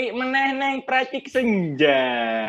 balik meneh neng Pracik Senja.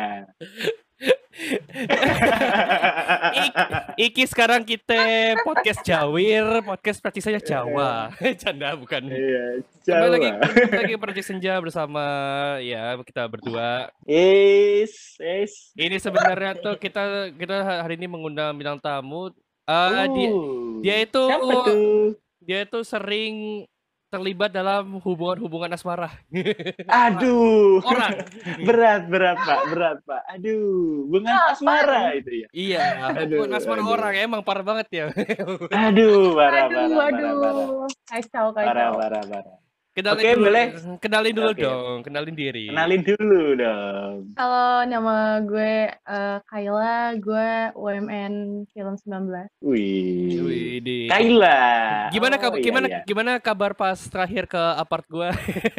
Iki sekarang kita podcast Jawir, podcast Pracik Senja Jawa. Canda bukan. Iya, Kembali Jawa. lagi Pracik Senja bersama ya kita berdua. Is. Ini sebenarnya tuh kita hari ini mengundang bintang tamu. Dia Siapa tuh? itu sering terlibat dalam hubungan asmara. Aduh. Orang. berat Pak. Aduh, hubungan asmara itu ya. Iya, hubungan asmara orang emang parah banget ya. Aduh, parah. Kacau. Parah. Kenalin dulu Oke. dong, kenalin diri. Kenalin dulu dong. Halo, nama gue Kayla, gue UMN Film 19. Wih. Di. Kayla. Gimana kabar pas terakhir ke apart gua?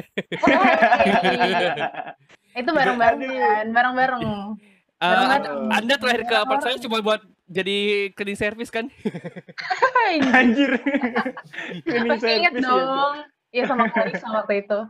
Itu bareng-bareng kan, bareng-bareng. Anda terakhir ke apart saya cuma buat jadi cleaning service kan? Anjir. Pasti inget dong. Iya sama Kalisa waktu itu.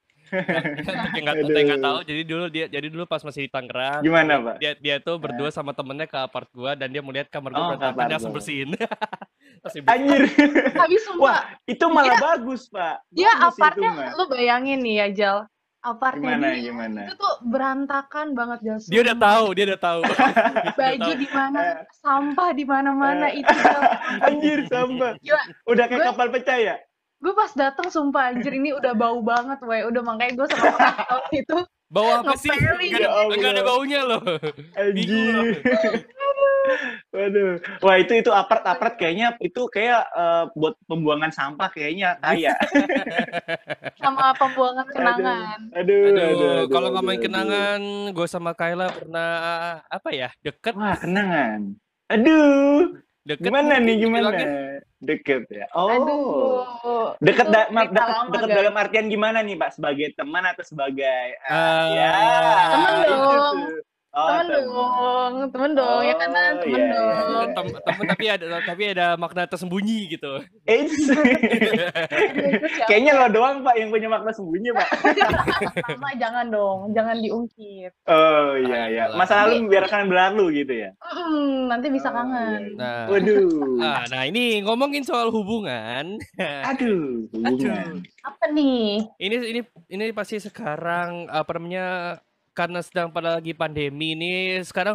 Nggak tahu. Jadi dulu pas masih di Tangerang. Gimana Pak? Dia tuh berdua sama temennya ke apart gua dan dia mau lihat kamar gua berantakan, dia langsung bersihin. Anjir. Tapi sumpah. Wah, itu malah bagus Pak. Dia Bagus apartnya, itu, lu bayangin nih ya Jal. Apartnya gimana? itu tuh berantakan banget Jal. Dia udah tahu. Baju di mana, sampah di mana-mana itu Jal. Anjir, sampah. Udah kayak kapal pecah ya? Gue pas dateng sumpah anjir ini udah bau banget udah makanya gue sama orang itu bau apa sih? Enggak ada baunya loh. Anjir. Waduh. Wah, itu apart kayaknya itu kayak buat pembuangan sampah kayaknya kayak. Sama pembuangan kenangan. Aduh. Kalau ngomongin kenangan, gue sama Kayla pernah deket. Wah, kenangan. Aduh. Deket gimana nih? Bilangnya. Deket ya. Oh. Aduh. Deket dalam artian gimana nih Pak? Sebagai teman atau sebagai temen dong. Temen dong. Ya kan temen dong. Temen tapi ada makna tersembunyi gitu. Kayaknya lo doang Pak yang punya makna sembunyi Pak. Sama jangan dong, jangan diungkit. Oh iya. Masa lalu biarkan berlalu gitu ya. Nanti bisa kangen. Nah, waduh. Nah ini ngomongin soal hubungan. Aduh, hubungan. Apa nih? Ini pasti sekarang karena sedang pada lagi pandemi ini sekarang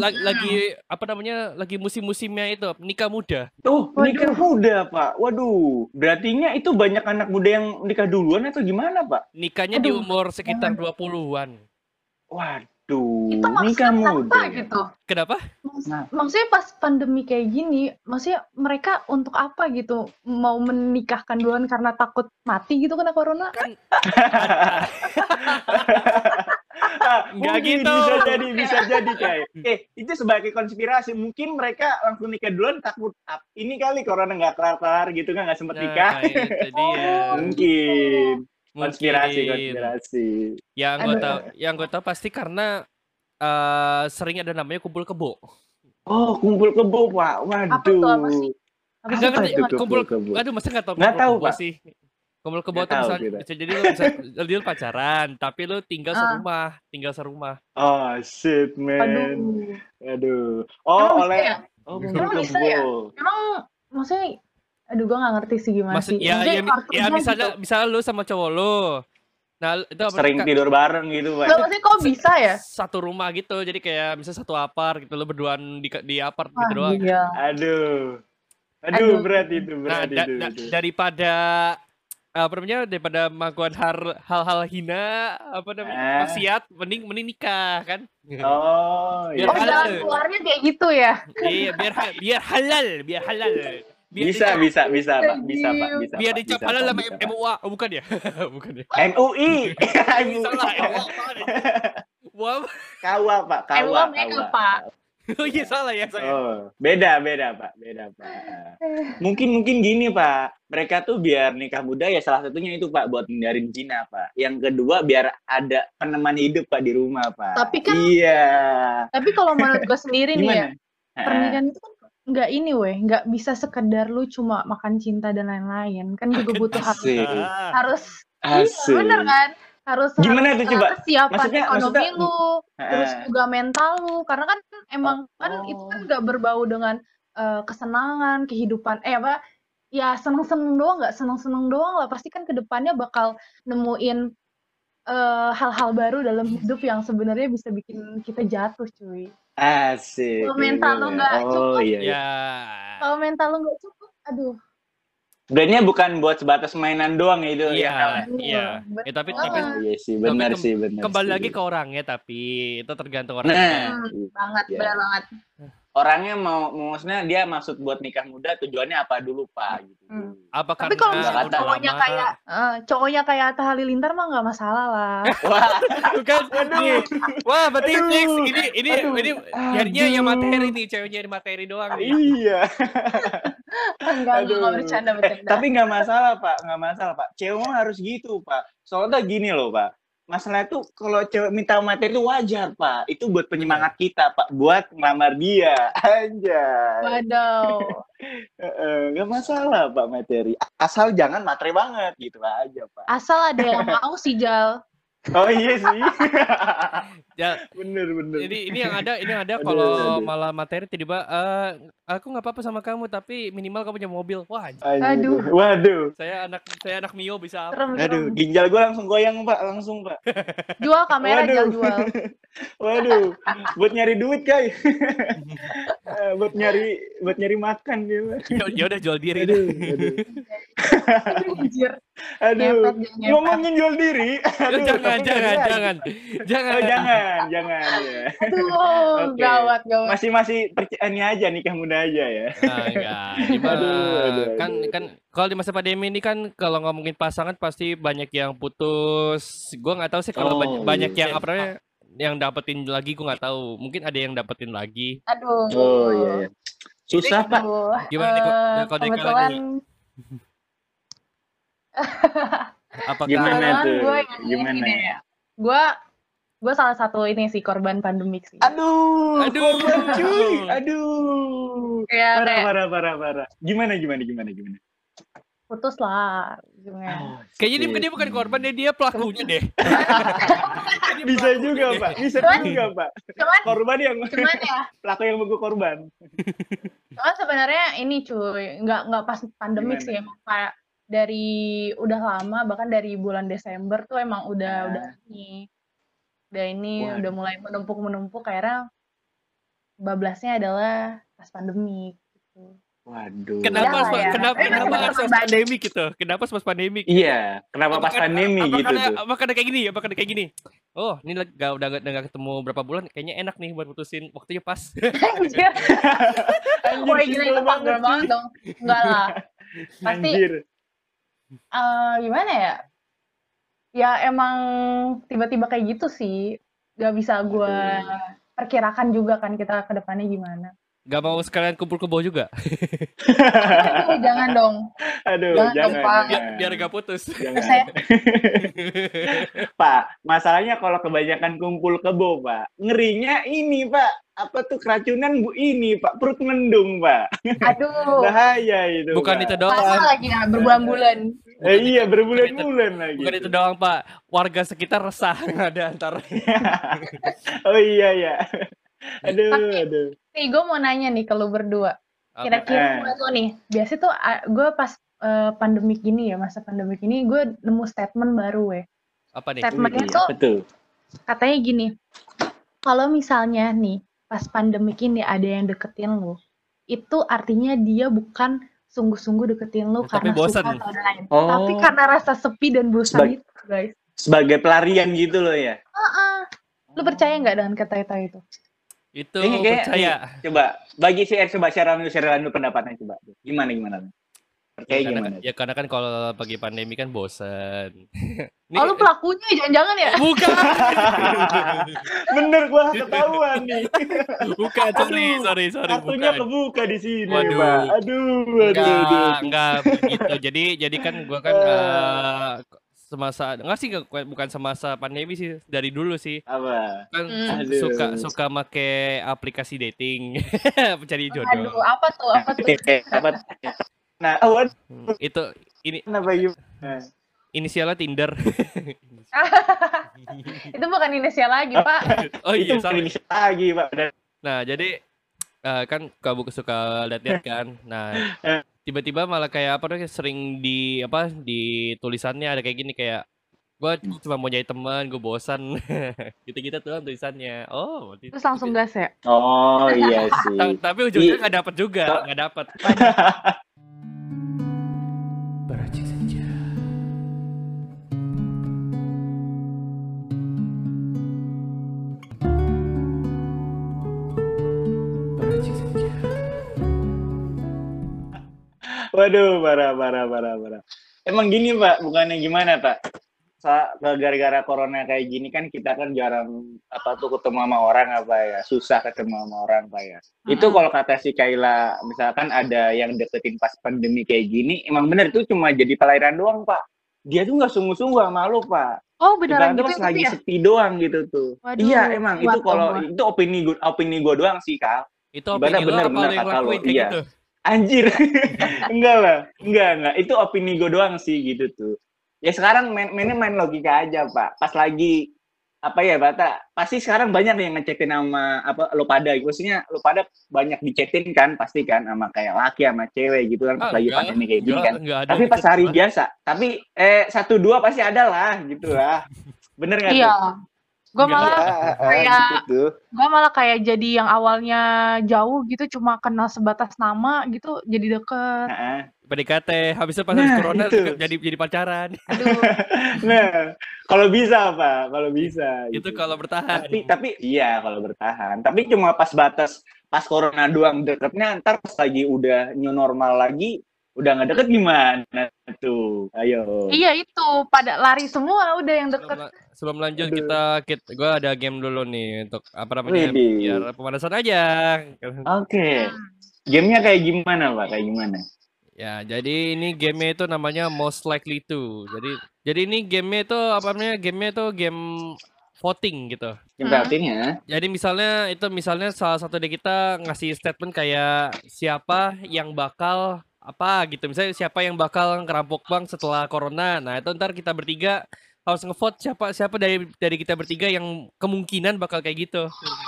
lagi musim-musimnya itu nikah muda. Oh, nikah muda Pak. Waduh, berartinya itu banyak anak muda yang nikah duluan atau gimana Pak? Nikahnya di umur sekitar 20-an. Waduh, itu nikah muda gitu. Kenapa? Maksudnya pas pandemi kayak gini, maksudnya mereka untuk apa gitu mau menikahkan duluan karena takut mati gitu kena corona? Enggak gitu. Bisa jadi kayak. Itu sebagai konspirasi. Mungkin mereka langsung nikah duluan takut ini kali corona nggak kelar-kelar gitu kan, nggak sempet nikah. Mungkin. Konspirasi. Yang gue tahu pasti karena sering ada namanya kumpul kebo. Oh, kumpul kebo Pak. Waduh. Apa tuh apa sih? Kumpul kebo. Aduh, masa nggak tahu Pak sih. Kumpul kebo tuh bisa jadi lu pacaran, tapi lu tinggal serumah. Oh shit man. Aduh. Oh oleh. Oh kumpul kebo. Ya? Emang maksudnya, aduh gue nggak ngerti sih gimana sih. Ya misalnya lu sama cowok lu. Nah, itu sering tidur bareng gitu Pak. Maksudnya kok bisa ya? Satu rumah gitu, jadi kayak misalnya satu apart gitu, lu berduaan di apart gitu doang. Iya. Aduh berat itu. Daripada melakukan hal-hal hina maksiat, mending nikah kan. Oh iya. Jalan keluarnya kayak gitu ya. Iya, biar halal. Bisa Pak. Biar dicap halal sama MUA, bukan ya? MUI. Salah, Kawa Pak. Oh iya salah ya saya. Oh, beda Pak. Mungkin gini Pak, mereka tuh biar nikah muda ya salah satunya itu Pak buat hindarin zina Pak. Yang kedua biar ada peneman hidup Pak di rumah Pak. Tapi kan. Iya. Tapi kalau menurut gue sendiri nih ya, pernikahan itu kan nggak bisa sekedar lu cuma makan cinta dan lain-lain, kan juga butuh harus. Asik. Iya, bener kan? harus Gimana tuh coba? kesiapan ekonomi lu, terus juga mental lu, karena kan emang kan itu kan nggak berbau dengan kesenangan, kehidupan, ya seneng-seneng doang, nggak seneng-seneng doang lah, pasti kan kedepannya bakal nemuin hal-hal baru dalam hidup yang sebenarnya bisa bikin kita jatuh, cuy. Asik. Kalau mental lu nggak cukup, iya. Kalau mental lu nggak cukup, aduh. Brandnya bukan buat sebatas mainan doang ya itu. Iya. Ya, tapi iya sih, benar sih, benar. Kembali lagi ke orangnya, tapi itu tergantung orangnya. Banget, benar banget. Orangnya maksudnya dia maksud buat nikah muda tujuannya apa dulu, Pak? Gitu. Tapi kalau misalnya cowoknya kayak Atta Halilintar mah nggak masalah lah. Wah, bukan. Wah, berarti ini jadinya yang materi nih, ceweknya yang materi doang nih. Iya. Enggak bercanda. Tapi nggak masalah, Pak. Cewek harus gitu, Pak. Soalnya gini loh, Pak. Masalah itu kalau cewek minta materi itu wajar, Pak. Itu buat penyemangat kita, Pak. Buat ngelamar dia. Anjay. Waduh. Nggak masalah, Pak, materi. Asal jangan materi banget, gitu aja, Pak. Asal ada yang mau sih, Jal. Oh iya sih. Ya, bener. Ini yang ada kalau malah materi tiba-tiba aku nggak apa-apa sama kamu tapi minimal kamu punya mobil. Wah. Waduh. Saya anak Mio bisa apa? Aduh, ginjal gue langsung goyang, Pak. Pak. Jual kamera, jual. Waduh. Buat nyari duit, guys. buat nyari makan gitu. Ya udah jual diri. Aduh. Ngomongin jual diri. Jangan. Jangan ya. Aduh, gawat. Masih ini aja nikah muda aja ya. Enggak. Kan kalau di masa pandemi ini kan kalau ngomongin pasangan pasti banyak yang putus. Gua nggak tahu sih kalau banyak yang apa namanya yang dapetin lagi, gua nggak tahu. Mungkin ada yang dapetin lagi. Aduh. Oh iya. Susah, Pak. Gimana nih kalau kebetulan apakah gimana tuh? Gue salah satu ini sih korban pandemik sih. Aduh, korban cuy. Aduh. Parah. Gimana? Putus lah. Gimana? Kayaknya dia bukan korban, dia pelakunya deh. Bisa juga, Pak. Korban yang pelaku yang menggugah korban. Soalnya sebenarnya ini cuy, nggak pas pandemik sih, emang kayak dari udah lama, bahkan dari bulan Desember tuh emang udah udah mulai menumpuk akhirnya bablasnya adalah pas pandemi gitu. Waduh. Kenapa harus pas pandemi gitu? Kenapa pas pandemi? Iya, kenapa pas pandemi gitu tuh? Apakah ada kayak gini? Oh, ini udah gak ketemu berapa bulan, kayaknya enak nih buat putusin, waktunya pas. Wah, gila itu panggal banget dong. Enggak lah. Pasti gimana ya? Ya emang tiba-tiba kayak gitu sih. Gak bisa gue perkirakan juga kan kita ke depannya gimana. Gak mau sekalian kumpul kebo juga? Jangan dong. Aduh, jangan. Biar gak putus. Pak, masalahnya kalau kebanyakan kumpul kebo, Pak. Ngerinya ini, Pak. Apa tuh keracunan ini, Pak? Perut mendung, Pak. Aduh. Bahaya itu, Bukan Pak. Itu doang. Masa lagi berbulan-bulan. Iya, berbulan-bulan lagi. Bukan itu doang, Pak. Warga sekitar resah ada antara. Oh iya. Aduh. Nih, gue mau nanya nih ke lu berdua. Kira-kira gue tuh nih, biasa tuh gue pas pandemik ini ya, masa pandemik ini gue nemu statement baru ya. Apa nih? Statementnya tuh katanya gini, kalau misalnya nih pas pandemik ini ada yang deketin lu, itu artinya dia bukan sungguh-sungguh deketin lu karena bosan. Suka atau lain, tapi karena rasa sepi dan bosan itu, guys. Sebagai pelarian gitu loh ya. Lu percaya nggak dengan kata-kata itu? Itu percaya. Coba bagi share dulu pendapatnya coba. Gimana? Percaya gimana? Ya karena kan kalau pagi pandemi kan bosan. Lu pelakunya jangan-jangan ya? Bukan. Bener gua ketahuan nih. Bukan, sorry. Kartunya kebuka di sini, Waduh. Pak. Aduh. Enggak begitu. Jadi kan gua kan bukan semasa pandemi sih, dari dulu sih. Apa? Kan suka make aplikasi dating, mencari jodoh. Aduh, apa tuh? Nah, itu ini kenapa Inisialnya Tinder. Itu bukan inisial lagi, Pak. Oh iya, Itu salah. Indonesia lagi, Pak. Nah, jadi kan kamu suka lihat-lihat kan. Nah, tiba-tiba malah kayak apa namanya sering di tulisannya ada kayak gini kayak gue cuma mau jadi teman, gue bosan. Gitu-gitu tuh tulisannya. Oh, Terus langsung gas ya? Oh iya sih. tapi ujungnya nggak dapat juga, nggak dapat. Beracik senja. Beracik senja. Waduh, parah. Emang gini, Pak, bukannya gimana, Pak? Gara-gara corona kayak gini kan kita kan jarang ketemu sama orang susah ketemu sama orang, Pak ya. Itu kalau kata si Kayla, misalkan ada yang deketin pas pandemi kayak gini, emang bener itu cuma jadi pelayaran doang, Pak. Dia tuh nggak sungguh-sungguh sama lu, Pak. Oh, beneran Itu gitu pas lagi ya? sepi doang gitu tuh. Waduh, Iya, emang itu kuat kalau dong gua. itu opini gue doang sih, Kak. Itu Ibaratnya opini lo apa bener-bener lo yang kata lo, lakuin kayak iya. gitu? Anjir. Enggak lah. Enggak. Itu opini gue doang sih gitu tuh. Ya sekarang mainnya main logika aja, Pak. Pas lagi Bata, pasti sekarang banyak yang ngechatin sama lo pada. Maksudnya lo pada banyak dichatin kan, pasti kan sama kayak laki sama cewek gitu kan pas lagi pandemi kayak gini kan. Tapi pas hari biasa, tapi 1-2 pasti ada lah gitu lah. Bener nggak tuh? Iya. Gue malah gitu. Gue malah kayak jadi yang awalnya jauh gitu, cuma kenal sebatas nama gitu, jadi deket. PDKT, habisnya pas corona jadi pacaran. Aduh. Nah, kalau bisa, Pak, kalau bisa. Itu gitu. Kalau bertahan. Tapi iya kalau bertahan. Tapi cuma pas corona doang deketnya, ntar pas lagi udah new normal lagi, udah nggak deket gimana tuh? Ayo. Iya itu, pada lari semua udah yang deket. Sebelum lanjut gue ada game dulu nih untuk apa namanya biar pemanasan aja. Oke. Gamenya kayak gimana, Pak? Kayak gimana? Ya, jadi ini gamenya itu namanya Most Likely To. Jadi ini gamenya itu apa namanya? Gamenya itu game voting gitu. Voting ya. Jadi misalnya salah satu dari kita ngasih statement kayak siapa yang bakal apa gitu. Misalnya siapa yang bakal ngerampok bank setelah corona. Nah, itu ntar kita bertiga harus ngevote siapa dari kita bertiga yang kemungkinan bakal kayak gitu.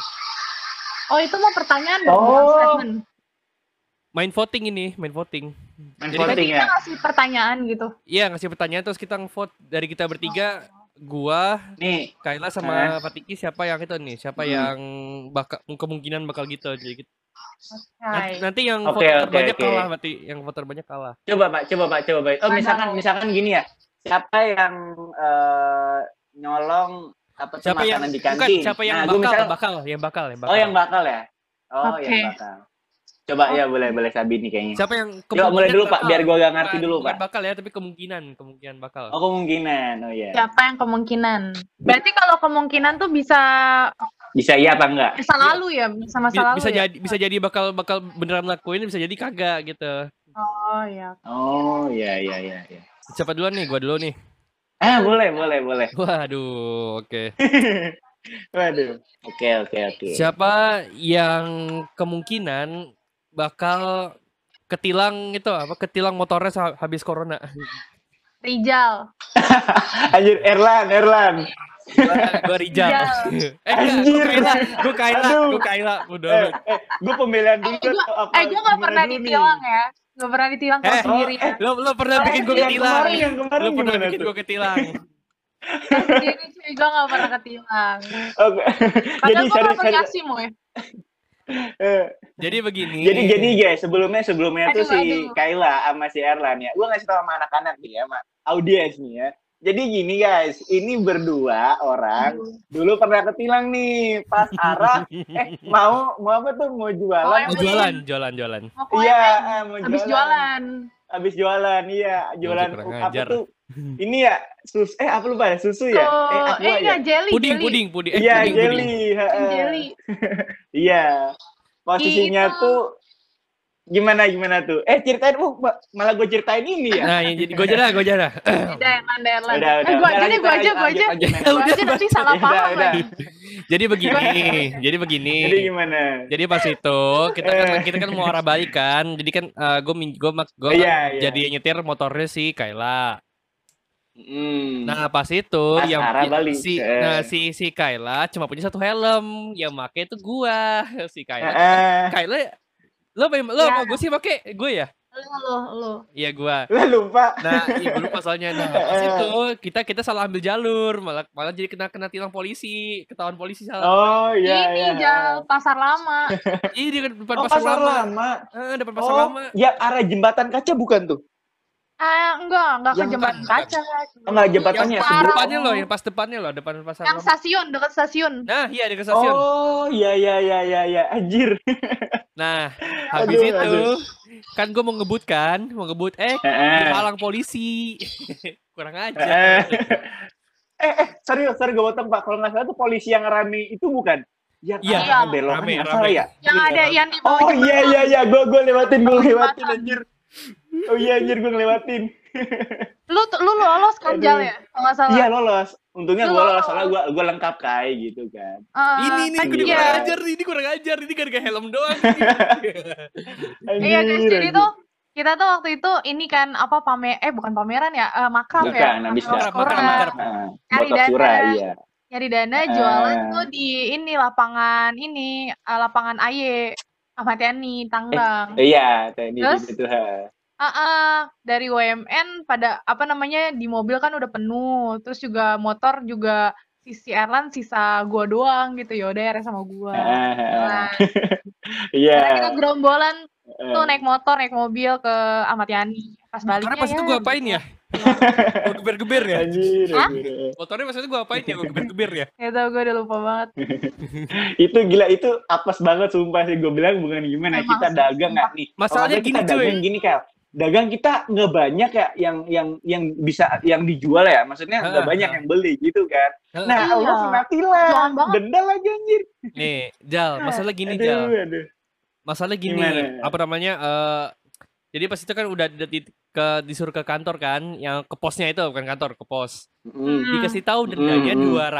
Oh, itu mau pertanyaan statement. Main voting. Jadi voting kita ngasih pertanyaan gitu. Iya, ngasih pertanyaan terus kita ngevote dari kita bertiga, gua, nih, Kayla sama Fatiki siapa yang itu nih? Siapa yang kemungkinan bakal gitu jadi gitu. Nanti yang vote terbanyak kalah berarti, yang vote terbanyak kalah. Coba Pak. Oh, misalkan gini ya. Siapa yang nyolong siapa makanan yang di kantin? Siapa yang bakal. Oh, yang bakal ya. Oh, yang bakal. Coba ya boleh Sabini kayaknya. Siapa yang kemungkinan boleh dulu Pak, biar gua gak ngerti dulu Pak. Bakal ya, tapi kemungkinan bakal. Oh, kemungkinan. Oh iya. Siapa yang kemungkinan? Berarti kalau kemungkinan tuh bisa iya apa enggak? Masa lalu ya, masa lalu. Bisa jadi bakal beneran lakuin, bisa jadi kagak gitu. Oh iya. Oh iya. Siapa duluan nih? Gua dulu nih. Boleh. Waduh, oke. Waduh. Oke. Siapa yang kemungkinan bakal ketilang motornya habis corona? Rijal. Anjir, Erlan. Gue Rijal. Gue Kayla. Udah. Gue pembelaan dulu. Gue gak pernah ditilang ya. Gak pernah ditilang kalau sendiri. Lo pernah bikin gue ketilang. Lo pernah bikin gue ketilang. Sendiri cuy, gue gak pernah ketilang. Jadi gue gak punya SIM ya. Jadi begini. Jadi guys, sebelumnya tuh si Kayla sama si Erlan ya. Gue ngasih tau sama anak-anak nih ya, sama audiens nih ya. Jadi gini guys, ini berdua orang dulu pernah ketilang nih pas arah mau apa tuh mau jualan. Jualan. Iya, mau jualan. Habis jualan, iya, jualan apa tuh? Ini ya apa lupa ya, susu ya? Jelly. Puding. Iya, jelly. Iya. Posisinya tuh gimana tuh? Ceritain malah gue ceritain ini ya. Nah, jadi gue aja. Udah. Gue aja. Nanti salah paham lagi. Jadi begini. Jadi gimana? Jadi pas itu kita kan mau arah balik kan. Jadi kan gue jadi nyetir motornya si Kayla. Nah pas itu Pas yang arah balik. si Kayla cuma punya satu helm, yang make itu gua. Si Kayla lo Ya, sama gue sih make gue ya? lu. Iya gua. Lah lupa. Nah, iya gue lupa soalnya. Nah, pas itu kita salah ambil jalur, malah jadi kena tilang polisi, ketahuan polisi salah. Oh iya Ini iya. Jal, pasar lama. Iya di depan Oh, pasar pasar lama. lama. Depan pasar lama. Ya arah jembatan kaca bukan tuh? Enggak ke Yang jembatan bukan. kaca. Enggak, jembatannya Yang sebelum. depannya loh, yang pas depannya loh, depan pasar Yang lama. stasiun, dekat stasiun. Nah, iya dekat stasiun. Oh, iya, anjir. Nah, habis Aduh, itu aduh. kan gue mau ngebut dihalang polisi. Kurang aja. Serius gue potong Pak. Kalau nggak salah tuh polisi yang rame itu bukan? Yang Iya, belokan rame. nggak salah ya? Yang ada yang di bawah Oh jembatan. iya, gue lewatin anjir. Oh iya anjir, gue ngelewatin. Lu lolos kan Jal ya? Kalau nggak salah. Iya lolos. Untungnya gue lolos, Lolos. soalnya gue lengkap kayak gitu kan. Ini kan kurang iya. ajar, ini kurang ajar, ini gara-gara helm doang. Iya guys, jadi tuh kita tuh waktu itu ini kan apa bukan pameran ya, makrab ya. Bukan, habis makrab. Cari Botok dana. surah, iya. Nyari dana jualan tuh di ini lapangan AY Ahmad Yani Tangerang. Iya, tadi Terus? itu. Dari WMN pada di mobil kan udah penuh, terus juga motor juga si Erlan sisa gua doang gitu, yaudah sama gua. Nah, Iya. karena kita gerombolan tuh naik motor, naik mobil ke Ahmad Yani. Pas baliknya Karena pas itu gua apain ya? Gua geber-geber ya? Anjir. Motornya pas itu gua apain ya? Gua geber-geber ya? Ya tau, gue udah lupa banget. Itu gila, itu apes banget sumpah sih, gue bilang bukan gimana. Emang Kita sih, dagang nggak nih? Masalahnya Kalau kita gini, cuy. dagang gini Kal. Dagang kita nggak banyak ya yang bisa yang dijual ya, maksudnya nggak banyak yang beli gitu kan. Nah, Iya. lo kena tilang, Jangan banget. denda lagi anjir. Nih, Jal, masalah gini, Jal. Aduh. Masalah gini, Gimana? apa namanya? Jadi pas itu kan udah disuruh ke kantor kan, yang ke posnya itu bukan kantor, ke pos. Dikasih tahu dendanya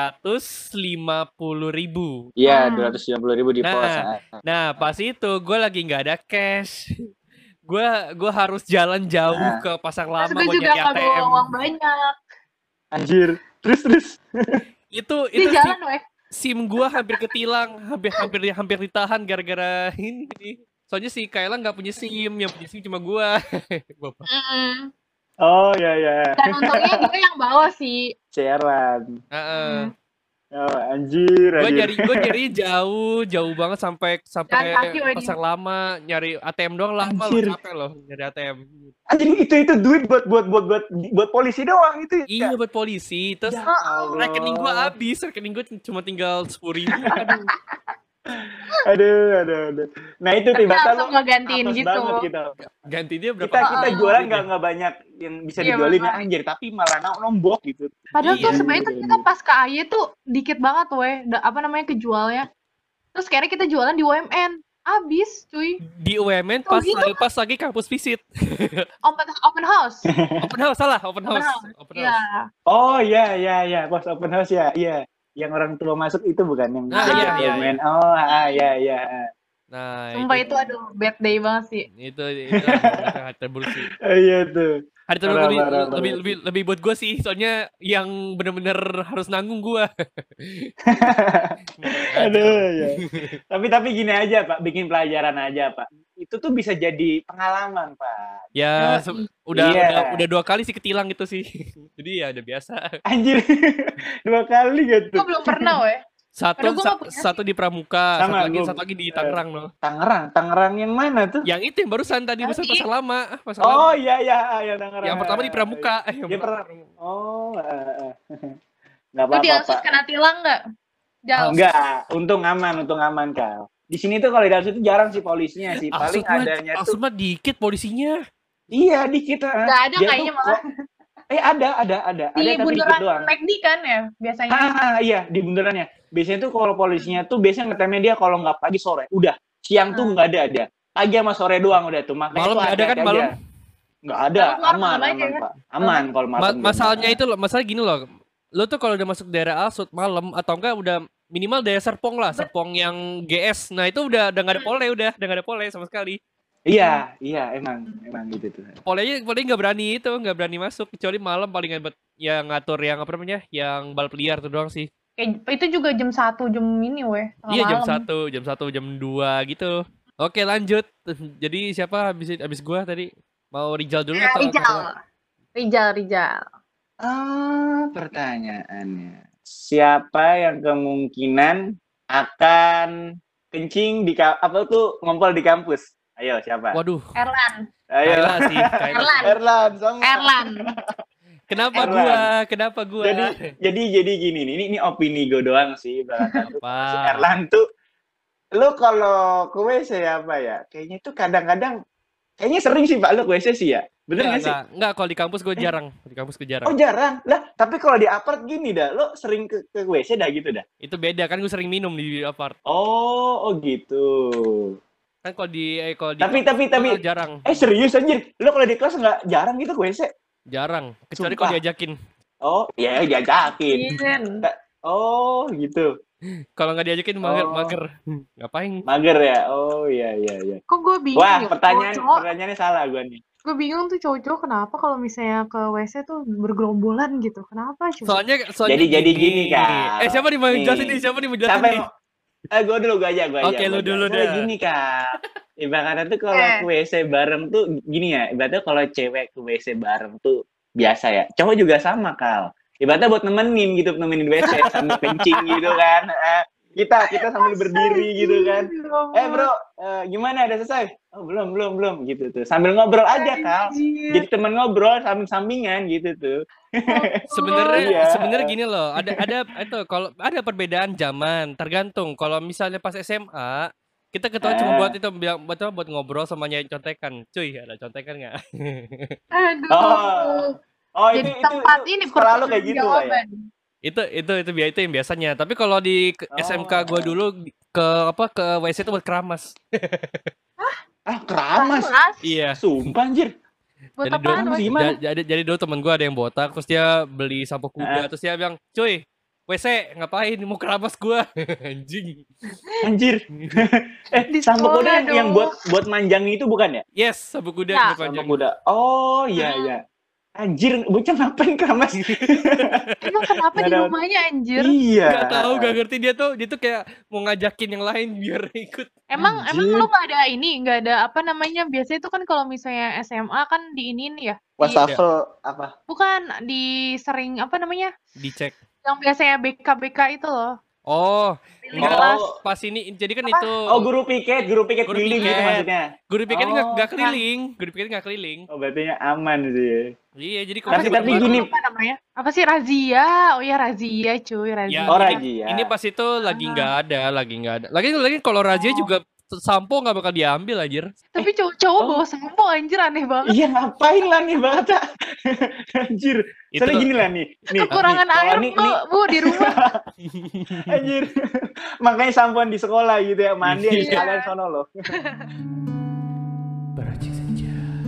250.000. Iya, 250.000 di pos. Nah, pas itu gue lagi nggak ada cash. Gue harus jalan jauh ke pasar lama Terus gue buat juga nyari nggak bawa ATM. uang banyak. Anjir. Terus. Itu Di jalan weh. SIM gue hampir ketilang, hampir ditahan gara-gara ini. Soalnya si Kayla nggak punya SIM, yang punya SIM cuma gue. Oh iya. Dan untungnya gue yang bawa sih. Ceran. Oh anjir. Gue nyari jauh banget sampai kaki, pasar lama, nyari ATM doang lama loh, capek loh nyari ATM. Anjir, itu duit buat polisi doang itu. Iya buat polisi, terus Ya Allah. rekening gue habis, rekening gue cuma tinggal 10.000. Aduh. Nah itu tiba-tiba langsung ngegantiin apes gitu. banget kita. Ganti dia berapa? Kita jualan nggak banyak yang bisa Iya, dijualin bener. anjir, tapi malah nombok gitu. Padahal Iya. tuh sebenarnya tuh kita pas ke AY tuh dikit banget weh, kejualnya. Terus kayaknya kita jualan di UMN, abis cuy. Di UMN Oh, pas lagi kampus visit. Open house. Open house. Iya. Oh iya, pas open house ya, iya. Yang orang tua masuk itu bukan yang iya. main. Oh iya. Nah, Sumpah itu aduh bad day banget sih. Itu hari terburuk sih. Iya tuh. Hari terburuk Parah. lebih buat gue sih, soalnya yang bener-bener harus nanggung gue. Aduh ya. Tapi gini aja Pak, bikin pelajaran aja Pak. Itu tuh bisa jadi pengalaman Pak. Ya udah 2 kali sih ketilang gitu sih. Jadi ya udah biasa. Anjir. 2 kali gitu. Gue belum pernah weh. Satu di Pramuka, Sama, satu lagi di Tangerang loh. Tangerang yang mana tuh? Yang itu yang barusan tadi pasar lama. Oh iya yang Tangerang. Yang pertama di Pramuka. Oh, nggak Lu apa-apa diaksud Pak. kena tilang nggak? Jauh. Enggak, untung aman Kal. Di sini tuh kalau di dalam situ jarang sih polisinya sih. Paling adanya tuh. Cuma dikit polisinya. Iya dikit. Nggak ada Dia kayaknya tuh malah. Ada Di tapi dikit bundaran doang. McD kan ya biasanya. Iya di bundarannya. Biasanya tuh kalau polisinya tuh biasanya ngetemnya dia kalau nggak pagi sore. Udah siang tuh nggak ada. Pagi sama sore doang udah tuh. Makanya Malam tuh nggak ada kan aja. malam? Nggak ada, Malam aman aja, Pak. Aman kalau malam. Masalahnya itu loh, masalah gini loh. Lo tuh kalau udah masuk daerah Alsut malam atau enggak udah minimal daerah Serpong lah, Serpong yang GS. Nah, itu udah enggak ada pole sama sekali. Iya, emang gitu tuh. Polanya nggak berani masuk kecuali malam paling hebat yang ngatur yang apa namanya, yang balap liar tuh doang sih. Itu juga jam 1 jam ini weh, tengah Iya jam malam. 1 jam 2 gitu. Oke lanjut. Jadi siapa habis gua tadi? Mau Rijal dulu atau Rijal. Pertanyaannya. Siapa yang kemungkinan akan kencing apa tuh ngompol di kampus? Ayo siapa? Waduh, Erlan. Ayo. Kayla sih, Kayla. Erlan. sama. Erlan. Kenapa gua? Jadi gini nih, ini opini gue doang sih. Berarti Apa? si Erlan tuh, lu kalau ke WC apa ya? Kayaknya tuh kadang-kadang, kayaknya sering sih Pak lu ke WC sih ya. Bener nggak sih? Enggak, kalau di kampus gue jarang. Di kampus gue jarang. Oh jarang? Lah, tapi kalau di apart gini dah, lo sering ke WC dah gitu dah? Itu beda, kan gue sering minum di apart. Oh gitu. Kan kalau di Tapi kampus jarang. Serius anjir? Lo kalau di kelas nggak jarang gitu ke WC? Jarang, kecuali Sumpah. kalau diajakin. Oh, iya diajakin. Oh, gitu. Kalau nggak diajakin mager. Ngapain? Mager ya? Oh, iya. Kok gue bingung. Wah, pertanyaannya salah gue nih. Gue bingung tuh cowok-cowok kenapa kalau misalnya ke WC tuh bergerombolan gitu. Kenapa coba? Soalnya jadi gini kan. Siapa nih mau jelasin nih? Siapa nih mau jelasin nih? Gue dulu, gue aja. Oke, lu dulu deh. Gini Kak. Ibaratnya tuh kalau ke WC bareng tuh gini ya. Ibaratnya kalau cewek ke WC bareng tuh biasa ya. Cowok juga sama Kal. Ibaratnya buat nemenin WC sambil kencing gitu kan. Kita sambil berdiri gitu kan. Bro, gimana udah selesai? Oh, belum gitu tuh. Sambil ngobrol aja Kal. Jadi teman ngobrol samping-sampingan gitu tuh. Sebenarnya gini loh, ada itu kalau ada perbedaan zaman, tergantung. Kalau misalnya pas SMA, kita ketawa cuma buat ngobrol sama nyanyi contekan. Cuy, ada contekan nggak? Aduh. Oh, jadi tempat ini selalu kayak gitu lah ya. Itu yang biasanya. Tapi kalau di SMK gue dulu ke WC itu buat keramas. Keramas? Iya. Sumpah anjir. Jadi dulu temen gue ada yang botak, terus dia beli sampo kuda, terus dia bilang, cuy, WC ngapain? Mau keramas gue. Anjir. Sampo kuda yang buat manjang itu bukan ya? Yes, sampo kuda buat manjang. Sampo kuda. Oh iya. Anjir, bocah ngapain keramas? Emang kenapa di rumahnya anjir? Iya. Gak tahu, gak ngerti dia tuh kayak mau ngajakin yang lain biar ikut. Emang lu gak ada nggak ada apa namanya? Biasanya itu kan kalau misalnya SMA kan diinin ya. Wastafel apa? Bukan, sering apa namanya? Dicek. Yang biasanya BK itu loh. Oh, pas ini jadi kan itu. Oh, guru piket keliling gitu maksudnya. Guru piket nggak keliling. Oh, berarti aman sih. Iya, jadi tapi gini apa namanya? Apa sih razia? Oh ya razia cuy, razia. Oh razia. Ini pas itu lagi nggak ada. Lagi kalau razia juga sampo nggak bakal diambil anjir. Tapi cowok bawa sampo anjir, aneh banget. Iya, ngapain lah nih banget. Anjir. Soalnya gini lah nih. Kekurangan air bu di rumah. Anjir. Makanya sampoan di sekolah gitu ya, mandi sekalian sono loh. Beracik senja.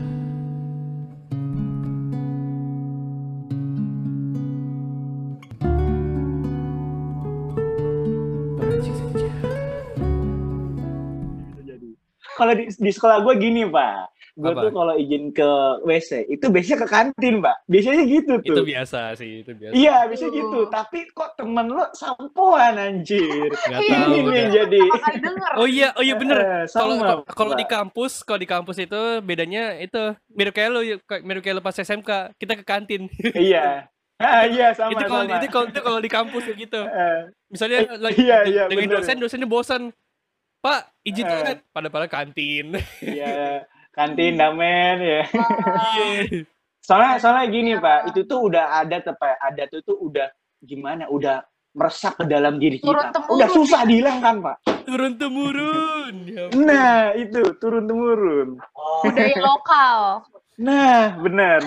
Kalau di sekolah gue gini Pak, gue tuh kalau izin ke WC itu biasanya ke kantin Pak, biasanya gitu tuh. Itu biasa sih, itu biasa. Iya biasanya gitu, tapi kok temen lo sampoan anjir. Gak tahu. Ini jadi. Oh iya bener. Kalau di kampus itu bedanya itu mirip kayak lo pas SMK, kita ke kantin. Iya. Iya sama. Itu kalau di kampus gitu. Misalnya dengan dosennya bosan. Pak, izin toilet pada kantin. Iya, kantin damen ya. Iya. Soalnya gini Pak, itu tuh udah ada tuh udah gimana? Udah meresap ke dalam diri kita. Udah susah dihilangkan Pak. Turun temurun. Nah itu turun temurun. Budaya lokal. Nah benar.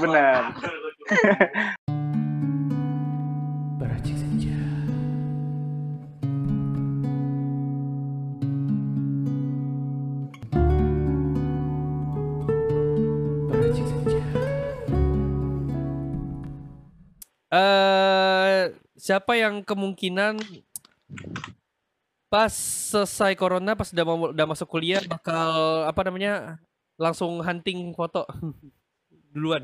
Beracik senja. Siapa yang kemungkinan pas selesai corona, pas udah masuk kuliah bakal langsung hunting foto duluan.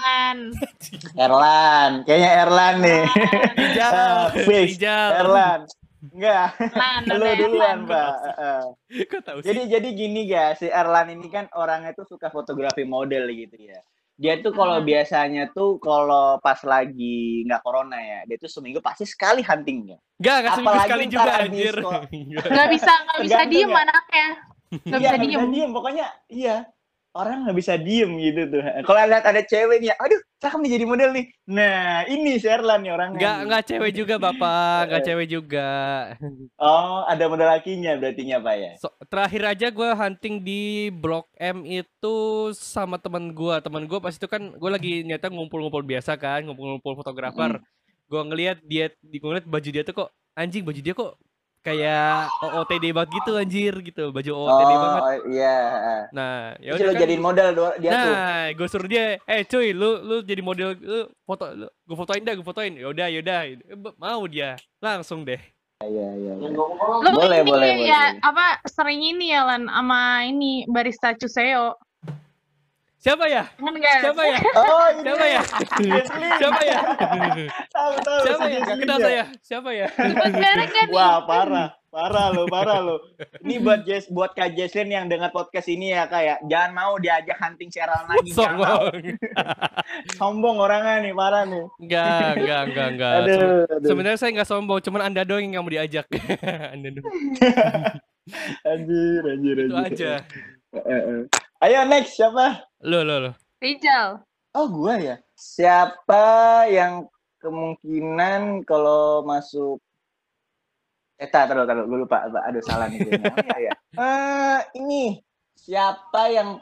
Erlan, kayaknya Erlan nih. Fix, Rijal. Erlan. Enggak. Lu Erlan. duluan, Pak. Kok tahu sih? Jadi gini guys, si Erlan ini kan orangnya tuh suka fotografi model gitu ya. Dia tuh kalau biasanya tuh kalau pas lagi nggak corona ya, dia tuh seminggu pasti sekali huntingnya. Enggak seminggu Apalagi sekali ntar juga habis anjir. Nggak bisa Tergantung diem ya. anaknya. Nggak Iya, bisa diem. pokoknya iya. Orang nggak bisa diem gitu tuh. Kalau lihat ada cewek nih, aduh, cakep nih jadi model nih. Nah, ini si Erlan nih orangnya. Enggak cewek juga, Bapak. Enggak cewek juga. Oh, ada model lakinya berarti Pak ya? Terakhir aja gue hunting di Blok M itu sama teman gue. Teman gue pas itu kan gue lagi nyata ngumpul-ngumpul biasa kan, ngumpul-ngumpul fotografer. Gue ngeliat baju dia tuh kok anjing, baju dia kok kayak OOTD banget gitu anjir gitu, baju OOTD banget. Oh iya. Nah, ya Terus udah lo kan. jadiin model dia tuh. Nah, gue suruh dia, cuy, lu jadi model, lu foto, gue fotoin. Yaudah, mau dia, langsung deh. Iya. Lu Boleh. Ya, apa sering ini ya Lan sama ini barista Cuseo. Siapa ya? Siapa ya? Oh, ini. Siapa ya? Siapa ya? Tahu. Siapa ya? Gak kenal saya. Siapa ya? Wah, parah lo. Ini buat Kak Jesslyn yang dengar podcast ini ya Kak ya. Jangan mau diajak hunting si Erlan lagi. Sombong orangnya nih, parah nih. Enggak. Aduh. Sebenarnya saya nggak sombong, cuman Anda doang yang nggak mau diajak. Anda doang. Anjir. Itu aja. Ayo next siapa? Lo. Rijal. Oh, gua ya. Siapa yang kemungkinan kalau masuk taruh gue lupa. Aduh, salah nih kayaknya. Ini siapa yang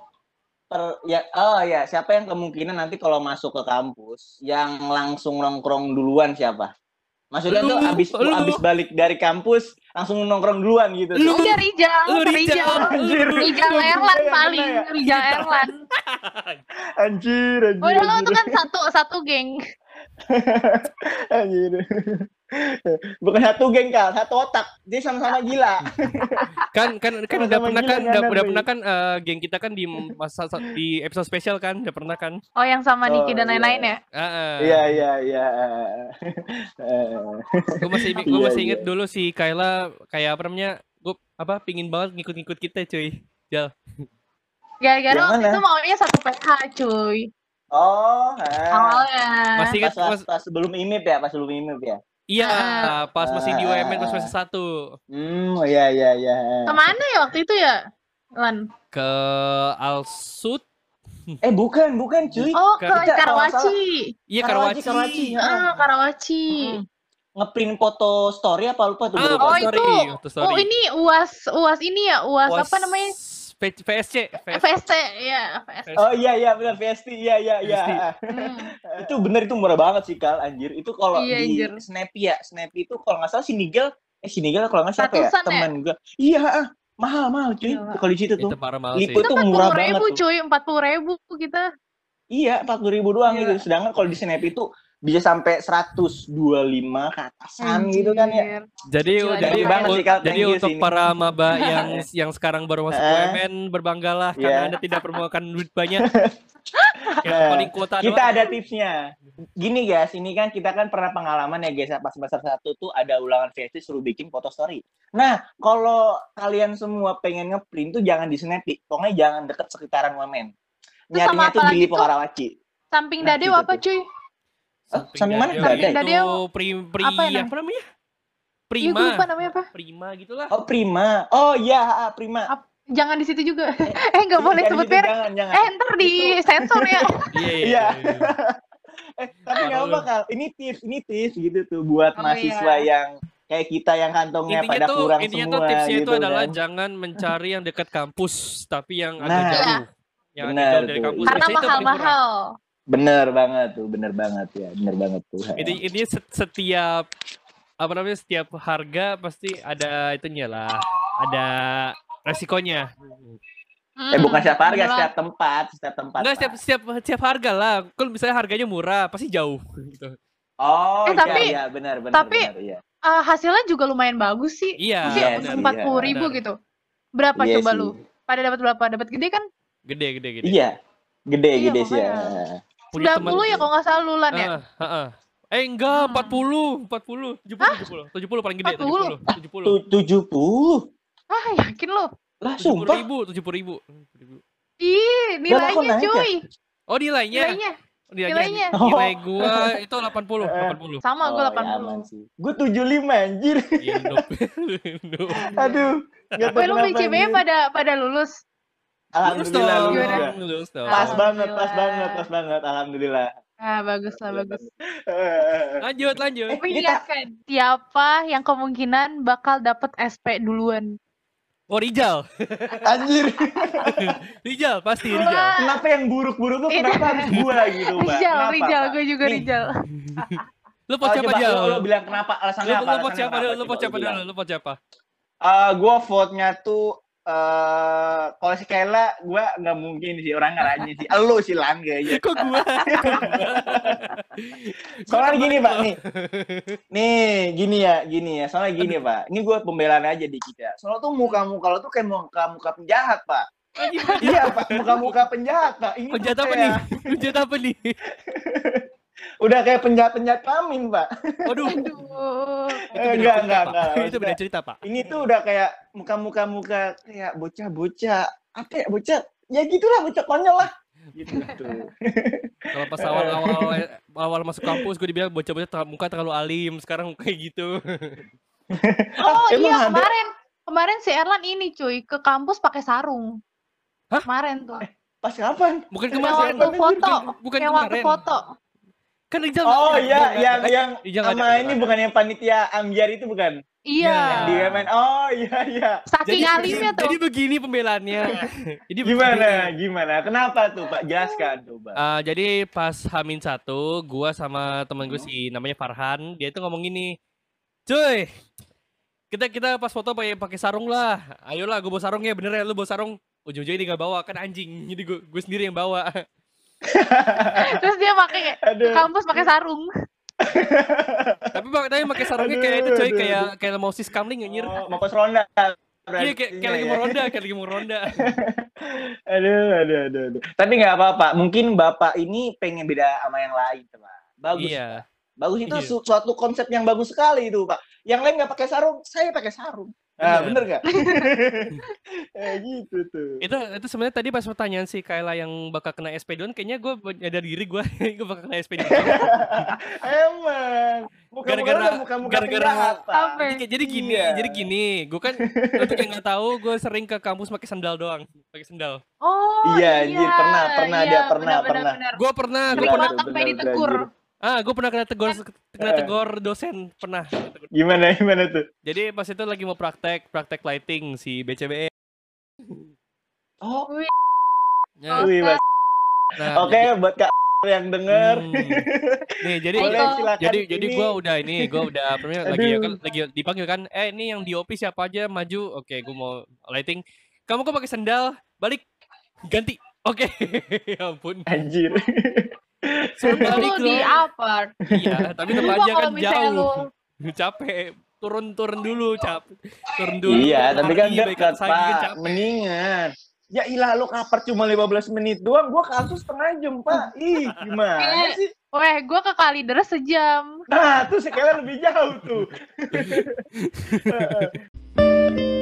siapa yang kemungkinan nanti kalau masuk ke kampus yang langsung nongkrong duluan siapa? Maksudnya tuh abis balik dari kampus langsung nongkrong duluan gitu. Udah Rijal. Rijal Erlan paling. Ya? Rijal Erlan. Anjir. Udah lo tuh kan satu geng. Anjir. Bukan satu geng Kal, satu otak. Dia sama-sama gila. Kan udah pernah kan geng kita kan di di episode spesial kan udah pernah kan. Oh, yang sama Niki dan lain-lain ya? Iya. Gue masih inget dulu si Kayla kayak apa namanya? Gue pingin banget ngikut kita cuy. Jal. Gara-gara waktu itu maunya satu PH cuy. Oh, awalnya. Masih inget pas sebelum IMIP ya, Iya, pas masih di UMN pas masih 1. Iya. Kemana ya waktu itu ya, Lan? Ke Alsut. Bukan cuy. Oh, ke Karawaci. Iya, Karawaci. Karawaci. Ngeprint foto story apa lupa tuh. Itu. Oh, ini UAS ini ya, UAS apa namanya? VSC ya. Oh iya benar VST iya. Itu bener, itu murah banget sih Kal, anjir. Itu kalau di Snappy itu kalau nggak salah Sinigel kalau nggak salah ya teman gue. Iya, mahal cuy. Kalau di situ tuh. Itu parah mahal sih. Lipo itu murah banget tuh. Cuy, 40.000 kita. Iya, 40.000 doang gitu. Sedangkan kalau di Snappy itu bisa sampai 125 ke atasan gitu kan ya. Jadi untuk sini. para maba yang sekarang baru masuk UMN berbanggalah karena Anda tidak perlu makan duit banyak. Paling kuota kita doang. Ada tipsnya. Gini guys, ini kan kita kan pernah pengalaman ya guys, pas semester 1 tuh ada ulangan VST suruh bikin foto story. Nah, kalau kalian semua pengen ngeprint tuh jangan di Snappy. Pokoknya jangan deket sekitaran UMN. Nyarinya tuh di Lipo Karawaci. Samping Dadeu apa cuy? Samping mana? Dadeu. Apa namanya? Prima. Gue lupa namanya apa? Prima gitulah. Oh, Prima. Oh iya, Prima. Jangan di situ juga. Nggak boleh sebut merek. Jangan. Ntar di sensor ya. Iya. Tapi nggak apa Kal. Ini tips gitu tuh buat mahasiswa yang kayak kita yang kantongnya pada kurang semua. Intinya tuh tipsnya gitu, itu adalah kan. Jangan mencari yang dekat kampus, tapi yang agak jauh. Yang benar dari kampus. Karena mahal-mahal. Bener banget tuh. Ini setiap harga pasti ada itunya lah, ada resikonya. Bukan setiap harga, setiap tempat. Enggak, setiap harga lah. Kalau misalnya harganya murah, pasti jauh gitu. Oh, tapi benar. Tapi hasilnya juga lumayan bagus sih. Iya. 40.000 gitu. Berapa coba lu? Pada dapat berapa? Dapat gede kan? Gede. Iya. Gede Iya, sih ya. makanya. Punya 90 ya kalau nggak salah Lulan ya? Enggak, 40, 70 paling gede, 40. 70. 70. Ah, yakin lo? Lah 70 sumpah. ribu. Ih, Lah, kok nilainya naik ya? cuy. Oh nilainya? Nilainya. Nilai gua itu 80. Sama gue Oh, ya 80. aman sih. Gue 75 anjir. Iya, noob. Aduh. Gak tau Lu kenapa BCB anjir. pada lulus. Alhamdulillah Lulus lulus dong. gak? Lulus dong. Pas banget. Alhamdulillah. Alhamdulillah. Ah, bagus lah, bagus. Lanjut. Tapi lihat kan, siapa yang kemungkinan bakal dapet SP duluan? Oh, Rijal. Anjir. Rijal, pasti Wah. Rijal. Kenapa yang buruk-buruk tuh kenapa harus gua gitu, Pak? Kenapa, Rijal, Pak? gue juga Nih. Rijal. Lu pot siapa, coba Jal? lo bilang kenapa, alasannya apa? Lu pot siapa dulu? Lu pot Coba siapa bilang. dulu? Lu pot siapa? Gua vote-nya tuh kalau si Kayla gua nggak mungkin sih orang ngaranya sih. Elu sih Lan kayaknya. Kok gua? Soalnya gini, Pak, nih. Nih, gini ya. Soalnya gini, Pak. Ini gua pembelaan aja dikit ya. Soalnya tuh muka-muka lo tuh kayak muka-muka penjahat, Pak. Iya, Pak. Muka-muka penjahat, Pak. Ini Penjahat tuh apa kayak- nih? Penjahat apa nih? Udah kayak penjahat-penjahat kelamin, Pak. Waduh. Aduh. Enggak. Itu beda cerita, Pak. Ini tuh udah kayak muka-muka kayak bocah-bocah. Apa ya, bocah? Ya gitulah, bocah konyol lah. Gitu. Kalau pas awal masuk kampus gue dibilang bocah-bocah muka terlalu alim, sekarang kayak gitu. Oh Emang iya, ada? kemarin si Erlan ini cuy ke kampus pakai sarung. Hah? Kemarin tuh. Pas kapan? Bukan Yang kemarin. waktu foto. Bukan Yang waktu kemarin. foto. Kan Rijal. Oh iya, yang Rijal nggak sama ada. ini bukan yang panitia Ambiar itu bukan? Iya. Nah. Dia main. Oh iya. Saking alimnya tuh. Jadi begini pembelaannya. Jadi Gimana? Kenapa tuh, Pak? Jelaskan coba. Jadi pas H-1 gua sama temen gue si namanya Farhan, dia itu ngomong gini, cuy, kita pas foto pakai sarung lah, ayolah gue bawa sarung ya, bener ya lu bawa sarung, ujung-ujungnya dia nggak bawa, kan anjing, jadi gue sendiri yang bawa. Terus dia pakai ke kampus pakai sarung. tapi pakai sarungnya kayak itu coy, kayak mau sis kamling anjir. Oh, mau pos ronda. Iya kayak lagi mau ronda, Aduh. Tapi nggak apa-apa. Mungkin Bapak ini pengen beda sama yang lain, Pak. Bagus. Iya. Bagus itu Iya. suatu konsep yang bagus sekali itu, Pak. Yang lain nggak pakai sarung, saya pakai sarung. Nah, bener nggak? Gitu tuh. Itu sebenarnya tadi pas pertanyaan si Kayla yang bakal kena SP duluan, kayaknya gue nyadar diri gue bakal kena SP duluan. Emang. Muka-muka penjahat, Pak. Apa? Jadi gini, gue kan untuk yang nggak tahu, gue sering ke kampus pakai sandal doang, pakai sandal. Oh Iya, anjir, pernah dia pernah. benar. Gue pernah, Sering Gila, banget tuh, sampai bener, ditegur. gue pernah kena tegur dosen, pernah. Gimana tuh? Jadi pas itu lagi mau praktek lighting si BCBE. Oh, Ya, wih, Mas. nah, Oke, buat Kak yang denger. Nih, jadi Boleh, silakan. jadi Ini. gue udah pernah lagi dipanggil kan, ini yang di OP siapa aja maju, oke, gue mau lighting, kamu kok pakai sandal, balik, ganti, oke. Ya ampun, Anjir. suruh balik Lu di loh. upper. Iya, tapi tetap Coba aja kalau kan misalnya jauh, capek, turun dulu, turun dulu. Iya, tapi kan Pergi, balik dekat, atas lagi, kan Pak. capek. Mendingan. Ya ilah, lu kapar cuma 15 menit doang, gua kampus setengah jam, Pak. Ih, gimana sih? Weh, gue ke Kalideres sejam. Nah, tuh sekalian lebih jauh tuh.